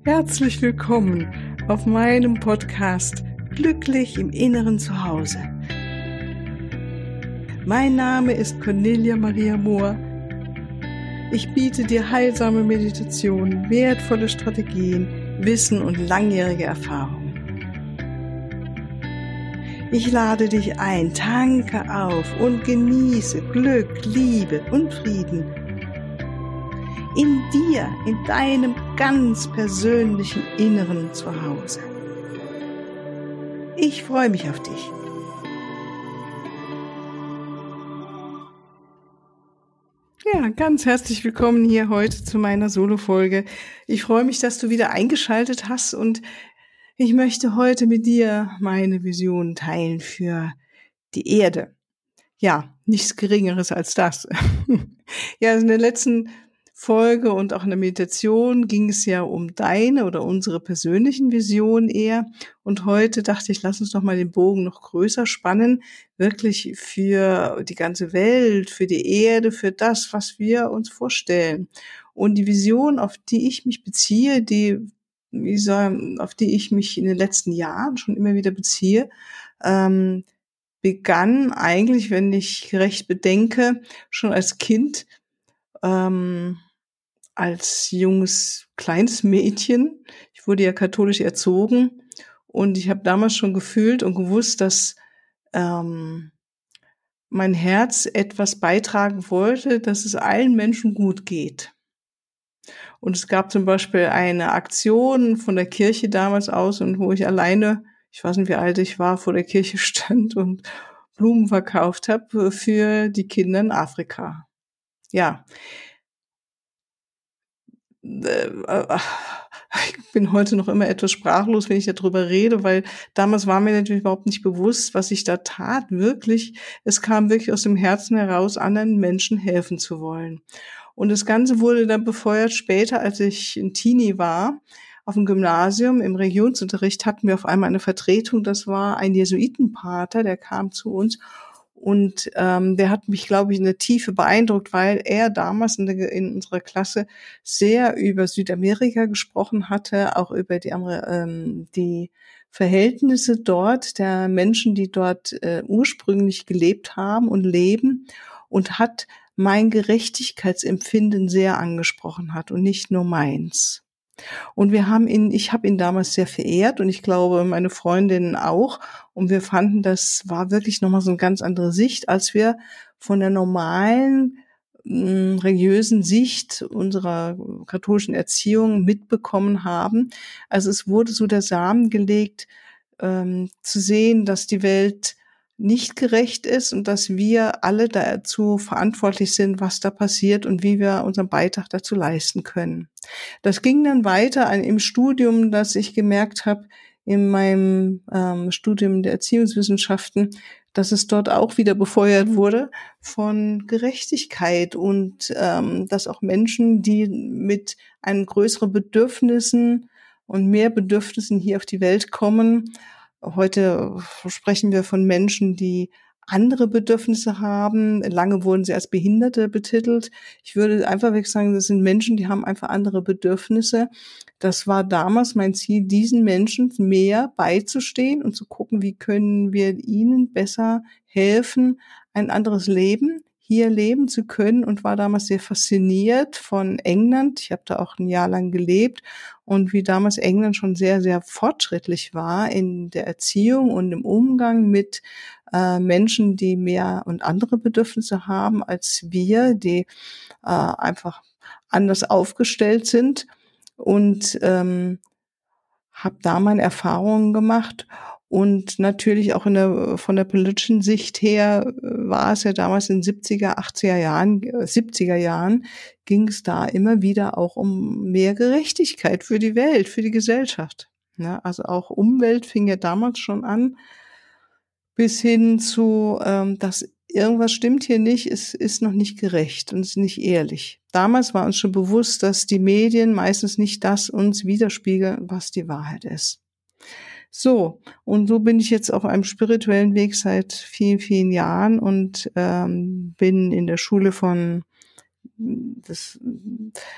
Herzlich willkommen auf meinem Podcast Glücklich im Inneren Zuhause. Mein Name ist Cornelia Maria Mohr. Ich biete dir heilsame Meditationen, wertvolle Strategien, Wissen und langjährige Erfahrungen. Ich lade dich ein, tanke auf und genieße Glück, Liebe und Frieden. In dir, in deinem ganz persönlichen Inneren Zuhause. Ich freue mich auf dich. Ja, ganz herzlich willkommen hier heute zu meiner Solo-Folge. Ich freue mich, dass du wieder eingeschaltet hast und ich möchte heute mit dir meine Vision teilen für die Erde. Ja, nichts Geringeres als das. Ja, in der letzten Folge und auch in der Meditation ging es ja um deine oder unsere persönlichen Visionen eher. Und heute dachte ich, lass uns doch mal den Bogen noch größer spannen, wirklich für die ganze Welt, für die Erde, für das, was wir uns vorstellen. Und die Vision, auf die ich mich beziehe, auf die ich mich in den letzten Jahren schon immer wieder beziehe, begann eigentlich, wenn ich recht bedenke, schon als Kind, als junges, kleines Mädchen. Ich wurde ja katholisch erzogen und ich habe damals schon gefühlt und gewusst, dass mein Herz etwas beitragen wollte, dass es allen Menschen gut geht. Und es gab zum Beispiel eine Aktion von der Kirche damals aus, und wo ich alleine, ich weiß nicht, wie alt ich war, vor der Kirche stand und Blumen verkauft habe für die Kinder in Afrika. Ja. Ich bin heute noch immer etwas sprachlos, wenn ich darüber rede, weil damals war mir natürlich überhaupt nicht bewusst, was ich da tat. Wirklich, es kam wirklich aus dem Herzen heraus, anderen Menschen helfen zu wollen. Und das Ganze wurde dann befeuert später, als ich ein Teenie war. Auf dem Gymnasium im Religionsunterricht hatten wir auf einmal eine Vertretung. Das war ein Jesuitenpater, der kam zu uns. Und der hat mich, glaube ich, in der Tiefe beeindruckt, weil er damals in unserer Klasse sehr über Südamerika gesprochen hatte, auch über die Verhältnisse dort, der Menschen, die dort ursprünglich gelebt haben und leben, und hat mein Gerechtigkeitsempfinden sehr angesprochen hat und nicht nur meins. Und ich habe ihn damals sehr verehrt und ich glaube, meine Freundinnen auch. Und wir fanden, das war wirklich nochmal so eine ganz andere Sicht, als wir von der normalen religiösen Sicht unserer katholischen Erziehung mitbekommen haben. Also es wurde so der Samen gelegt, zu sehen, dass die Welt nicht gerecht ist und dass wir alle dazu verantwortlich sind, was da passiert und wie wir unseren Beitrag dazu leisten können. Das ging dann weiter im Studium, dass ich gemerkt habe, in meinem Studium der Erziehungswissenschaften, dass es dort auch wieder befeuert wurde von Gerechtigkeit und dass auch Menschen, die mit einem größeren Bedürfnissen und mehr Bedürfnissen hier auf die Welt kommen. Heute sprechen wir von Menschen, die andere Bedürfnisse haben. Lange wurden sie als Behinderte betitelt. Ich würde einfach wirklich sagen, das sind Menschen, die haben einfach andere Bedürfnisse. Das war damals mein Ziel, diesen Menschen mehr beizustehen und zu gucken, wie können wir ihnen besser helfen, ein anderes Leben hier leben zu können, und war damals sehr fasziniert von England. Ich habe da auch ein Jahr lang gelebt und wie damals England schon sehr, sehr fortschrittlich war in der Erziehung und im Umgang mit Menschen, die mehr und andere Bedürfnisse haben als wir, die einfach anders aufgestellt sind, und habe da meine Erfahrungen gemacht. Und natürlich auch von der politischen Sicht her war es ja damals in 70er Jahren ging es da immer wieder auch um mehr Gerechtigkeit für die Welt, für die Gesellschaft. Ja, also auch Umwelt fing ja damals schon an, bis hin zu, dass irgendwas stimmt hier nicht, es ist noch nicht gerecht und es ist nicht ehrlich. Damals war uns schon bewusst, dass die Medien meistens nicht das uns widerspiegeln, was die Wahrheit ist. So, und so bin ich jetzt auf einem spirituellen Weg seit vielen, vielen Jahren und bin in der Schule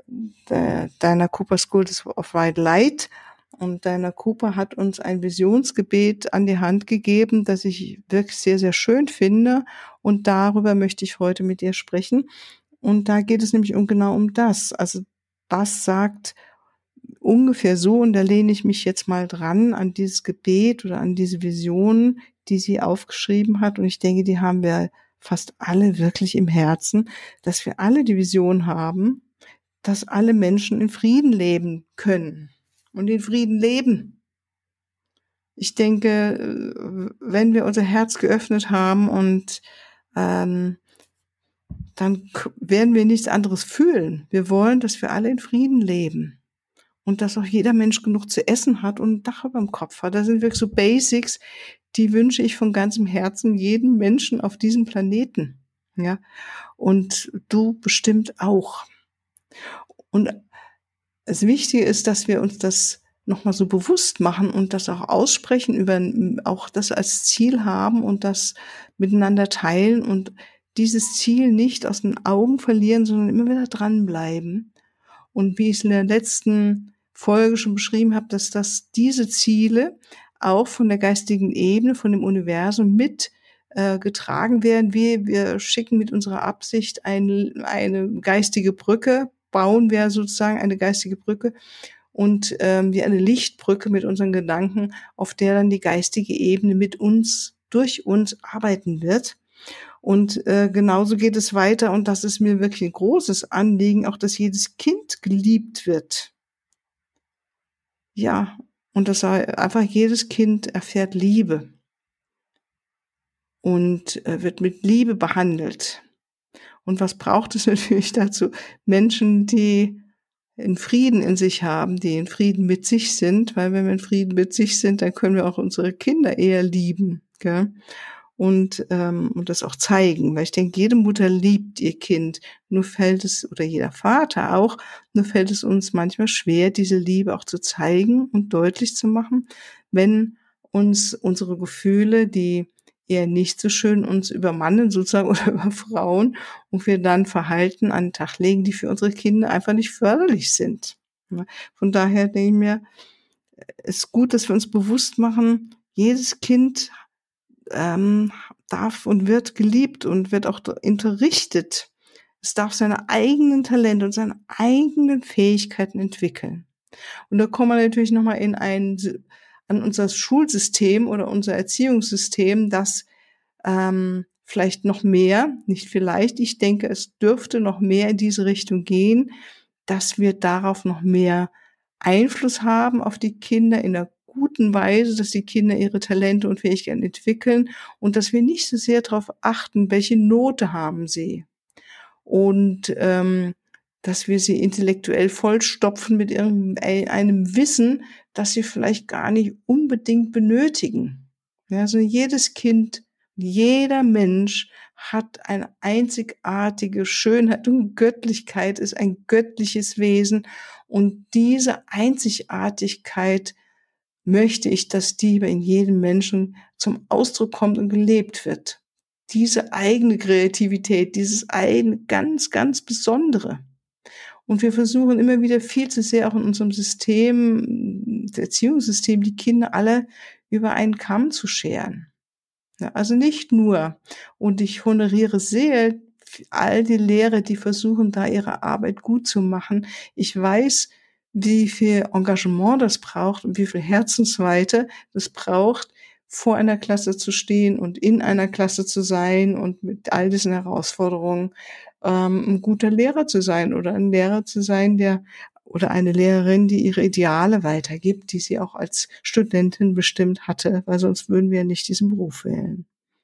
Diana Cooper School of White Light. Und Diana Cooper hat uns ein Visionsgebet an die Hand gegeben, das ich wirklich sehr, sehr schön finde. Und darüber möchte ich heute mit ihr sprechen. Und da geht es nämlich genau um das. Also das sagt ungefähr so, und da lehne ich mich jetzt mal dran an dieses Gebet oder an diese Vision, die sie aufgeschrieben hat. Und ich denke, die haben wir fast alle wirklich im Herzen, dass wir alle die Vision haben, dass alle Menschen in Frieden leben können und in Frieden leben. Ich denke, wenn wir unser Herz geöffnet haben und dann werden wir nichts anderes fühlen. Wir wollen, dass wir alle in Frieden leben und dass auch jeder Mensch genug zu essen hat und ein Dach über dem Kopf hat. Das sind wirklich so Basics, die wünsche ich von ganzem Herzen jedem Menschen auf diesem Planeten. Ja, und du bestimmt auch. Und das Wichtige ist, dass wir uns das nochmal so bewusst machen und das auch aussprechen, auch das als Ziel haben und das miteinander teilen und dieses Ziel nicht aus den Augen verlieren, sondern immer wieder dranbleiben. Und wie ich es in der letzten Folge schon beschrieben habe, dass diese Ziele auch von der geistigen Ebene, von dem Universum mit getragen werden. Wir schicken mit unserer Absicht eine geistige Brücke, bauen wir sozusagen eine geistige Brücke und wie eine Lichtbrücke mit unseren Gedanken, auf der dann die geistige Ebene mit uns, durch uns arbeiten wird. Und genauso geht es weiter, und das ist mir wirklich ein großes Anliegen, auch dass jedes Kind geliebt wird. Ja, und dass einfach jedes Kind erfährt Liebe und wird mit Liebe behandelt. Und was braucht es natürlich dazu? Menschen, die in Frieden in sich haben, die in Frieden mit sich sind, weil wenn wir in Frieden mit sich sind, dann können wir auch unsere Kinder eher lieben, gell? Und das auch zeigen, weil ich denke, jede Mutter liebt ihr Kind, nur fällt es, oder jeder Vater auch, nur fällt es uns manchmal schwer, diese Liebe auch zu zeigen und deutlich zu machen, wenn uns unsere Gefühle, die eher nicht so schön uns übermannen sozusagen oder überfrauen, und wir dann Verhalten an den Tag legen, die für unsere Kinder einfach nicht förderlich sind. Von daher denke ich mir, es ist gut, dass wir uns bewusst machen, jedes Kind darf und wird geliebt und wird auch unterrichtet. Es darf seine eigenen Talente und seine eigenen Fähigkeiten entwickeln. Und da kommen wir natürlich nochmal an unser Schulsystem oder unser Erziehungssystem, das vielleicht noch mehr, nicht vielleicht, ich denke, es dürfte noch mehr in diese Richtung gehen, dass wir darauf noch mehr Einfluss haben auf die Kinder in einer guten Weise, dass die Kinder ihre Talente und Fähigkeiten entwickeln und dass wir nicht so sehr darauf achten, welche Note haben sie. Und dass wir sie intellektuell vollstopfen mit irgendeinem Wissen, das sie vielleicht gar nicht unbedingt benötigen. Ja, also jedes Kind, jeder Mensch hat eine einzigartige Schönheit und Göttlichkeit, ist ein göttliches Wesen. Und diese Einzigartigkeit möchte ich, dass die in jedem Menschen zum Ausdruck kommt und gelebt wird. Diese eigene Kreativität, dieses eigene ganz, ganz Besondere. Und wir versuchen immer wieder viel zu sehr auch in unserem System, das Erziehungssystem, die Kinder alle über einen Kamm zu scheren. Ja, also nicht nur. Und ich honoriere sehr all die Lehrer, die versuchen, da ihre Arbeit gut zu machen. Ich weiß, wie viel Engagement das braucht und wie viel Herzensweite das braucht, vor einer Klasse zu stehen und in einer Klasse zu sein und mit all diesen Herausforderungen ein guter Lehrer zu sein oder ein Lehrer zu sein, oder eine Lehrerin, die ihre Ideale weitergibt, die sie auch als Studentin bestimmt hatte, weil sonst würden wir nicht diesen Beruf wählen.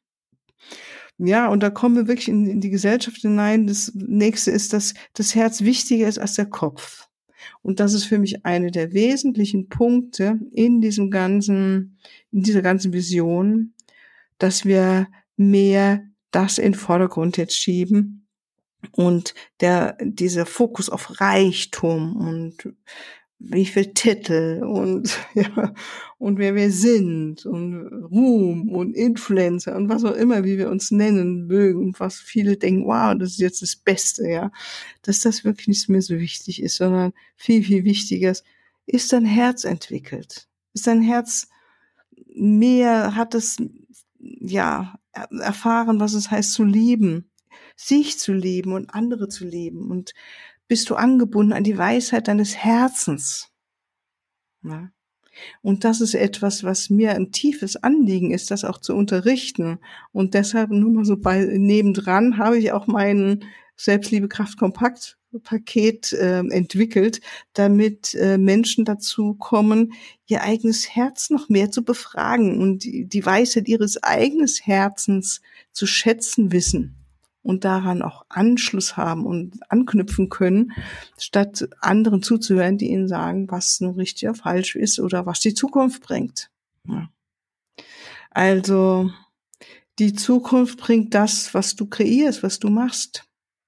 Ja, und da kommen wir wirklich in die Gesellschaft hinein. Das nächste ist, dass das Herz wichtiger ist als der Kopf. Und das ist für mich eine der wesentlichen Punkte in dieser ganzen Vision, dass wir mehr das in den Vordergrund jetzt schieben und dieser Fokus auf Reichtum und wie viel Titel und ja, und wer wir sind und Ruhm und Influencer und was auch immer, wie wir uns nennen mögen und was viele denken, wow, das ist jetzt das Beste, ja, dass das wirklich nicht mehr so wichtig ist, sondern viel, viel wichtiger ist dein Herz entwickelt? Ist dein Herz mehr, hat es, ja, erfahren, was es heißt zu lieben, sich zu lieben und andere zu lieben und bist du angebunden an die Weisheit deines Herzens? Ja. Und das ist etwas, was mir ein tiefes Anliegen ist, das auch zu unterrichten. Und deshalb nur mal so bei nebendran habe ich auch meinen Selbstliebe Kraft Kompakt Paket entwickelt, damit Menschen dazu kommen, ihr eigenes Herz noch mehr zu befragen und die Weisheit ihres eigenen Herzens zu schätzen wissen und daran auch Anschluss haben und anknüpfen können, statt anderen zuzuhören, die ihnen sagen, was nun richtig oder falsch ist oder was die Zukunft bringt. Ja. Also die Zukunft bringt das, was du kreierst, was du machst.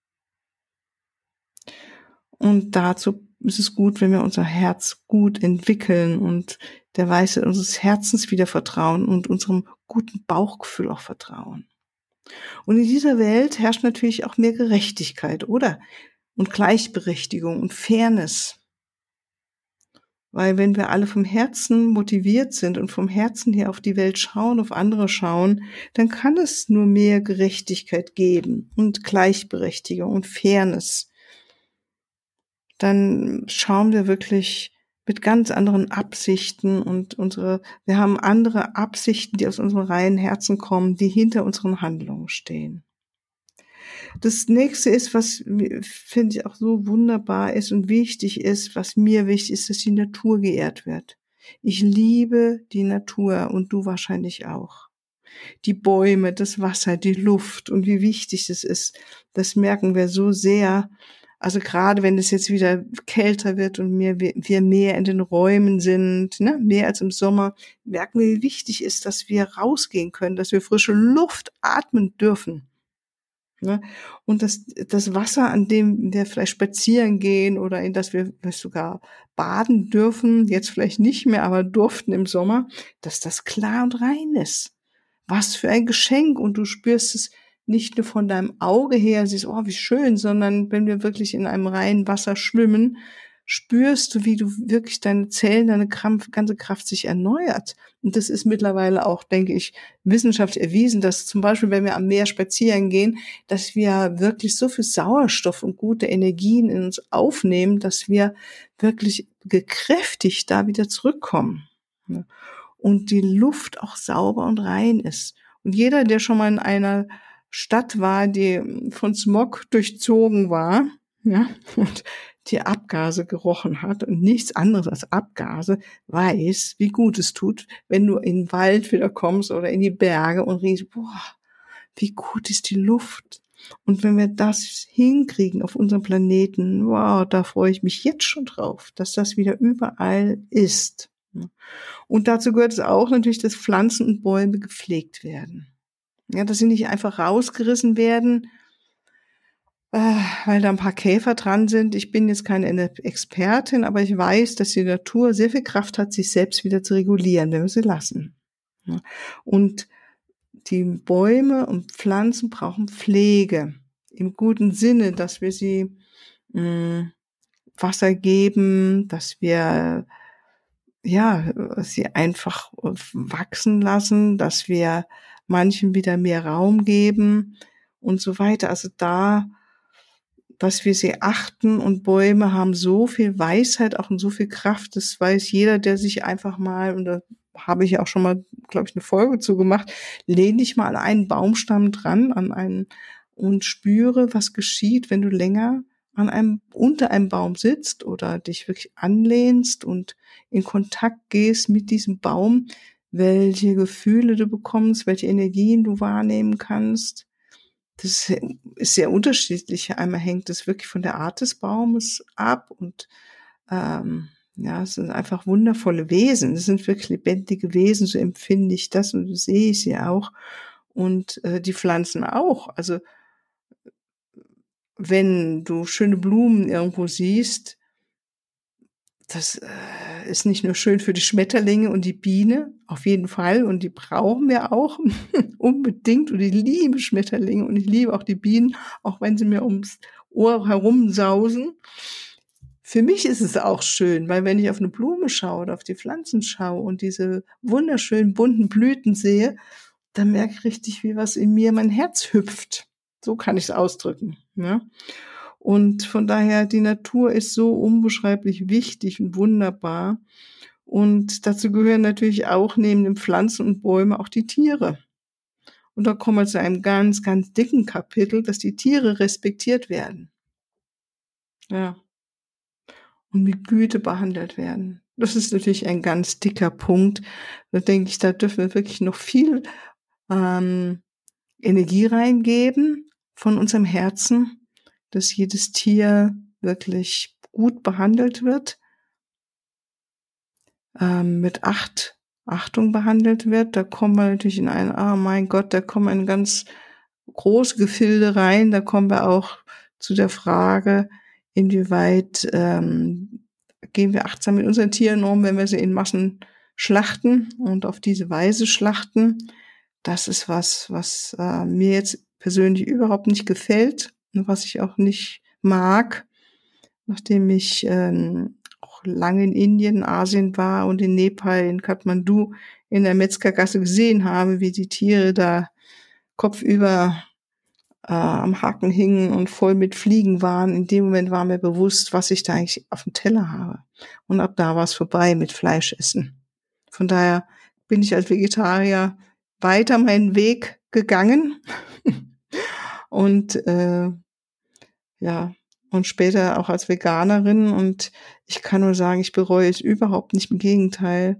Und dazu ist es gut, wenn wir unser Herz gut entwickeln und der Weisheit unseres Herzens wieder vertrauen und unserem guten Bauchgefühl auch vertrauen. Und in dieser Welt herrscht natürlich auch mehr Gerechtigkeit, oder? Und Gleichberechtigung und Fairness. Weil wenn wir alle vom Herzen motiviert sind und vom Herzen her auf die Welt schauen, auf andere schauen, dann kann es nur mehr Gerechtigkeit geben und Gleichberechtigung und Fairness. Dann schauen wir wirklich mit ganz anderen Absichten und wir haben andere Absichten, die aus unserem reinen Herzen kommen, die hinter unseren Handlungen stehen. Das nächste ist, was finde ich auch so wunderbar ist und wichtig ist, was mir wichtig ist, dass die Natur geehrt wird. Ich liebe die Natur und du wahrscheinlich auch. Die Bäume, das Wasser, die Luft und wie wichtig das ist, das merken wir so sehr. Also gerade wenn es jetzt wieder kälter wird und wir mehr in den Räumen sind, ne, mehr als im Sommer, merken wir, wie wichtig ist, dass wir rausgehen können, dass wir frische Luft atmen dürfen. Ne? Und das Wasser, an dem wir vielleicht spazieren gehen oder in das wir sogar baden dürfen, jetzt vielleicht nicht mehr, aber durften im Sommer, dass das klar und rein ist. Was für ein Geschenk. Und du spürst es nicht nur von deinem Auge her, siehst, oh, wie schön, sondern wenn wir wirklich in einem reinen Wasser schwimmen, spürst du, wie du wirklich deine Zellen, deine ganze Kraft sich erneuert. Und das ist mittlerweile auch, denke ich, wissenschaftlich erwiesen, dass zum Beispiel, wenn wir am Meer spazieren gehen, dass wir wirklich so viel Sauerstoff und gute Energien in uns aufnehmen, dass wir wirklich gekräftigt da wieder zurückkommen. Und die Luft auch sauber und rein ist. Und jeder, der schon mal in einer Stadt war, die von Smog durchzogen war, ja, und die Abgase gerochen hat und nichts anderes als Abgase, weiß, wie gut es tut, wenn du in den Wald wieder kommst oder in die Berge und riechst, boah, wie gut ist die Luft. Und wenn wir das hinkriegen auf unserem Planeten, wow, da freue ich mich jetzt schon drauf, dass das wieder überall ist. Und dazu gehört es auch natürlich, dass Pflanzen und Bäume gepflegt werden. Ja, dass sie nicht einfach rausgerissen werden, weil da ein paar Käfer dran sind. Ich bin jetzt keine Expertin, aber ich weiß, dass die Natur sehr viel Kraft hat, sich selbst wieder zu regulieren, wenn wir sie lassen. Ja. Und die Bäume und Pflanzen brauchen Pflege. Im guten Sinne, dass wir sie Wasser geben, dass wir sie einfach wachsen lassen, dass wir manchen wieder mehr Raum geben und so weiter. Also da, dass wir sie achten, und Bäume haben so viel Weisheit auch und so viel Kraft. Das weiß jeder, der sich einfach mal, und da habe ich ja auch schon mal, glaube ich, eine Folge zu gemacht, lehn dich mal an einen Baumstamm dran, an einen, und spüre, was geschieht, wenn du länger unter einem Baum sitzt oder dich wirklich anlehnst und in Kontakt gehst mit diesem Baum, welche Gefühle du bekommst, welche Energien du wahrnehmen kannst. Das ist sehr unterschiedlich. Einmal hängt es wirklich von der Art des Baumes ab und es sind einfach wundervolle Wesen. Es sind wirklich lebendige Wesen, so empfinde ich das und so sehe ich sie auch. Und die Pflanzen auch. Also wenn du schöne Blumen irgendwo siehst, das ist nicht nur schön für die Schmetterlinge und die Biene, auf jeden Fall, und die brauchen wir auch unbedingt. Und ich liebe Schmetterlinge und ich liebe auch die Bienen, auch wenn sie mir ums Ohr herumsausen. Für mich ist es auch schön, weil wenn ich auf eine Blume schaue oder auf die Pflanzen schaue und diese wunderschönen bunten Blüten sehe, dann merke ich richtig, wie was in mir mein Herz hüpft. So kann ich es ausdrücken. Ja? Und von daher, die Natur ist so unbeschreiblich wichtig und wunderbar. Und dazu gehören natürlich auch neben den Pflanzen und Bäumen auch die Tiere. Und da kommen wir zu einem ganz, ganz dicken Kapitel, dass die Tiere respektiert werden. Ja. Und mit Güte behandelt werden. Das ist natürlich ein ganz dicker Punkt. Da denke ich, da dürfen wir wirklich noch viel Energie reingeben von unserem Herzen, dass jedes Tier wirklich gut behandelt wird, mit Achtung behandelt wird. Da kommen wir natürlich in mein Gott, da kommen in ganz große Gefilde rein. Da kommen wir auch zu der Frage, inwieweit gehen wir achtsam mit unseren Tieren um, wenn wir sie in Massen schlachten und auf diese Weise schlachten. Das ist was mir jetzt persönlich überhaupt nicht gefällt und was ich auch nicht mag, nachdem ich auch lange in Indien, Asien war und in Nepal, in Kathmandu in der Metzgergasse gesehen habe, wie die Tiere da kopfüber am Haken hingen und voll mit Fliegen waren. In dem Moment war mir bewusst, was ich da eigentlich auf dem Teller habe. Und ab da war es vorbei mit Fleischessen. Von daher bin ich als Vegetarier weiter meinen Weg gegangen und und später auch als Veganerin. Und ich kann nur sagen, ich bereue es überhaupt nicht. Im Gegenteil,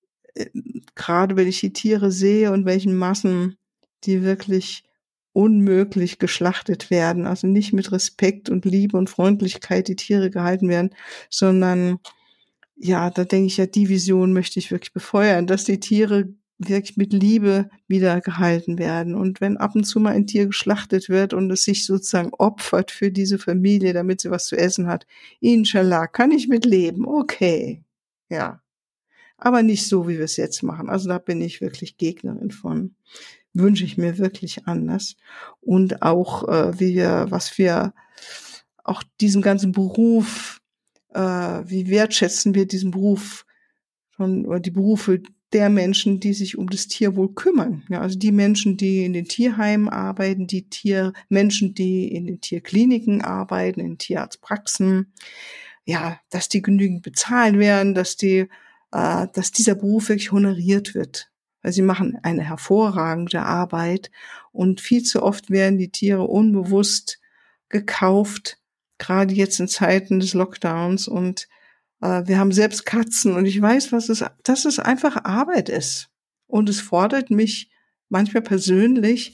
gerade wenn ich die Tiere sehe und welchen Massen die wirklich unmöglich geschlachtet werden, also nicht mit Respekt und Liebe und Freundlichkeit die Tiere gehalten werden, sondern ja, da denke ich ja, die Vision möchte ich wirklich befeuern, dass die Tiere wirklich mit Liebe wieder gehalten werden. Und wenn ab und zu mal ein Tier geschlachtet wird und es sich sozusagen opfert für diese Familie, damit sie was zu essen hat, inshallah, kann ich mit leben, okay, ja. Aber nicht so, wie wir es jetzt machen. Also da bin ich wirklich Gegnerin von. Wünsche ich mir wirklich anders. Und auch, was wir auch diesen ganzen Beruf, wie wertschätzen wir diesen Beruf oder die Berufe der Menschen, die sich um das Tierwohl kümmern. Ja, also die Menschen, die in den Tierheimen arbeiten, Menschen, die in den Tierkliniken arbeiten, in Tierarztpraxen. Ja, dass die genügend bezahlt werden, dass dieser Beruf wirklich honoriert wird. Weil sie machen eine hervorragende Arbeit und viel zu oft werden die Tiere unbewusst gekauft, gerade jetzt in Zeiten des Lockdowns, und wir haben selbst Katzen und ich weiß, dass es einfach Arbeit ist. Und es fordert mich manchmal persönlich,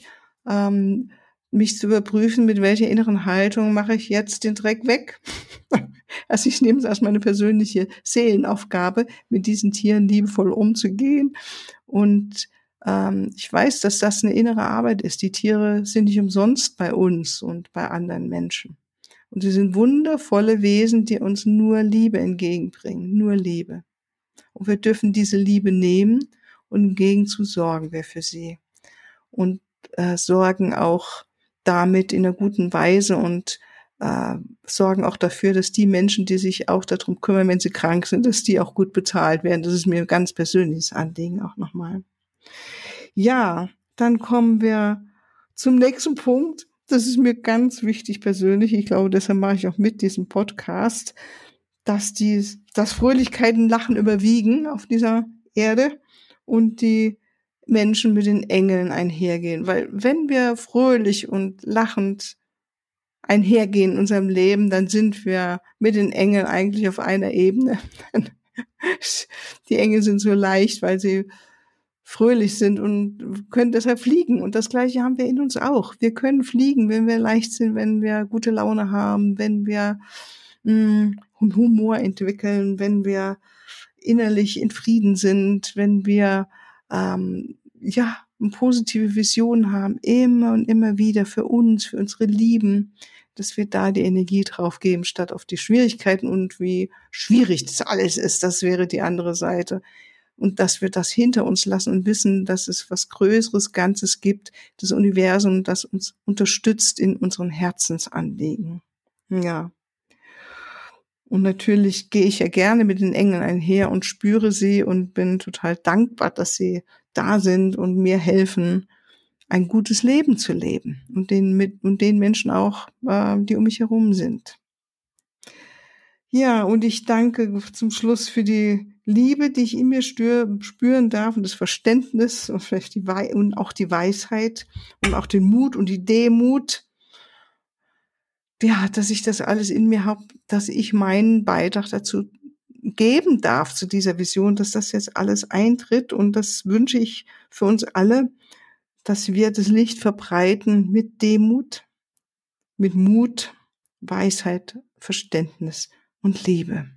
mich zu überprüfen, mit welcher inneren Haltung mache ich jetzt den Dreck weg. Also ich nehme es als meine persönliche Seelenaufgabe, mit diesen Tieren liebevoll umzugehen. Und ich weiß, dass das eine innere Arbeit ist. Die Tiere sind nicht umsonst bei uns und bei anderen Menschen. Und sie sind wundervolle Wesen, die uns nur Liebe entgegenbringen, nur Liebe. Und wir dürfen diese Liebe nehmen und im Gegenzug sorgen wir für sie. Und sorgen auch damit in einer guten Weise und sorgen auch dafür, dass die Menschen, die sich auch darum kümmern, wenn sie krank sind, dass die auch gut bezahlt werden. Das ist mir ein ganz persönliches Anliegen auch nochmal. Ja, dann kommen wir zum nächsten Punkt. Das ist mir ganz wichtig persönlich. Ich glaube, deshalb mache ich auch mit diesem Podcast, dass Fröhlichkeit und Lachen überwiegen auf dieser Erde und die Menschen mit den Engeln einhergehen. Weil wenn wir fröhlich und lachend einhergehen in unserem Leben, dann sind wir mit den Engeln eigentlich auf einer Ebene. Die Engel sind so leicht, weil sie fröhlich sind und können deshalb fliegen. Und das Gleiche haben wir in uns auch. Wir können fliegen, wenn wir leicht sind, wenn wir gute Laune haben, wenn wir Humor entwickeln, wenn wir innerlich in Frieden sind, wenn wir eine positive Vision haben, immer und immer wieder für uns, für unsere Lieben, dass wir da die Energie drauf geben, statt auf die Schwierigkeiten und wie schwierig das alles ist. Das wäre die andere Seite. Und dass wir das hinter uns lassen und wissen, dass es was Größeres, Ganzes gibt, das Universum, das uns unterstützt in unseren Herzensanliegen. Ja. Und natürlich gehe ich ja gerne mit den Engeln einher und spüre sie und bin total dankbar, dass sie da sind und mir helfen, ein gutes Leben zu leben und den Menschen auch, die um mich herum sind. Ja, und ich danke zum Schluss für die Liebe, die ich in mir spüren darf und das Verständnis und vielleicht und auch die Weisheit und auch den Mut und die Demut, ja, dass ich das alles in mir habe, dass ich meinen Beitrag dazu geben darf zu dieser Vision, dass das jetzt alles eintritt, und das wünsche ich für uns alle, dass wir das Licht verbreiten mit Demut, mit Mut, Weisheit, Verständnis und Liebe.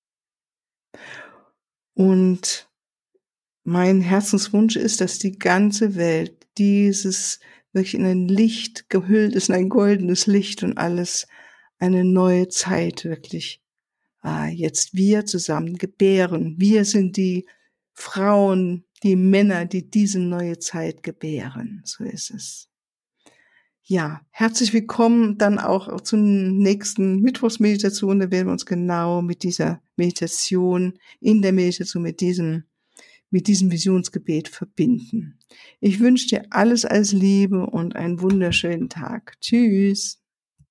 Und mein Herzenswunsch ist, dass die ganze Welt dieses wirklich in ein Licht gehüllt ist, in ein goldenes Licht und alles eine neue Zeit wirklich jetzt wir zusammen gebären. Wir sind die Frauen, die Männer, die diese neue Zeit gebären. So ist es. Ja, herzlich willkommen dann auch zur nächsten Mittwochsmeditation. Da werden wir uns genau mit dieser Meditation, in der Meditation mit diesem Visionsgebet verbinden. Ich wünsche dir alles Liebe und einen wunderschönen Tag. Tschüss.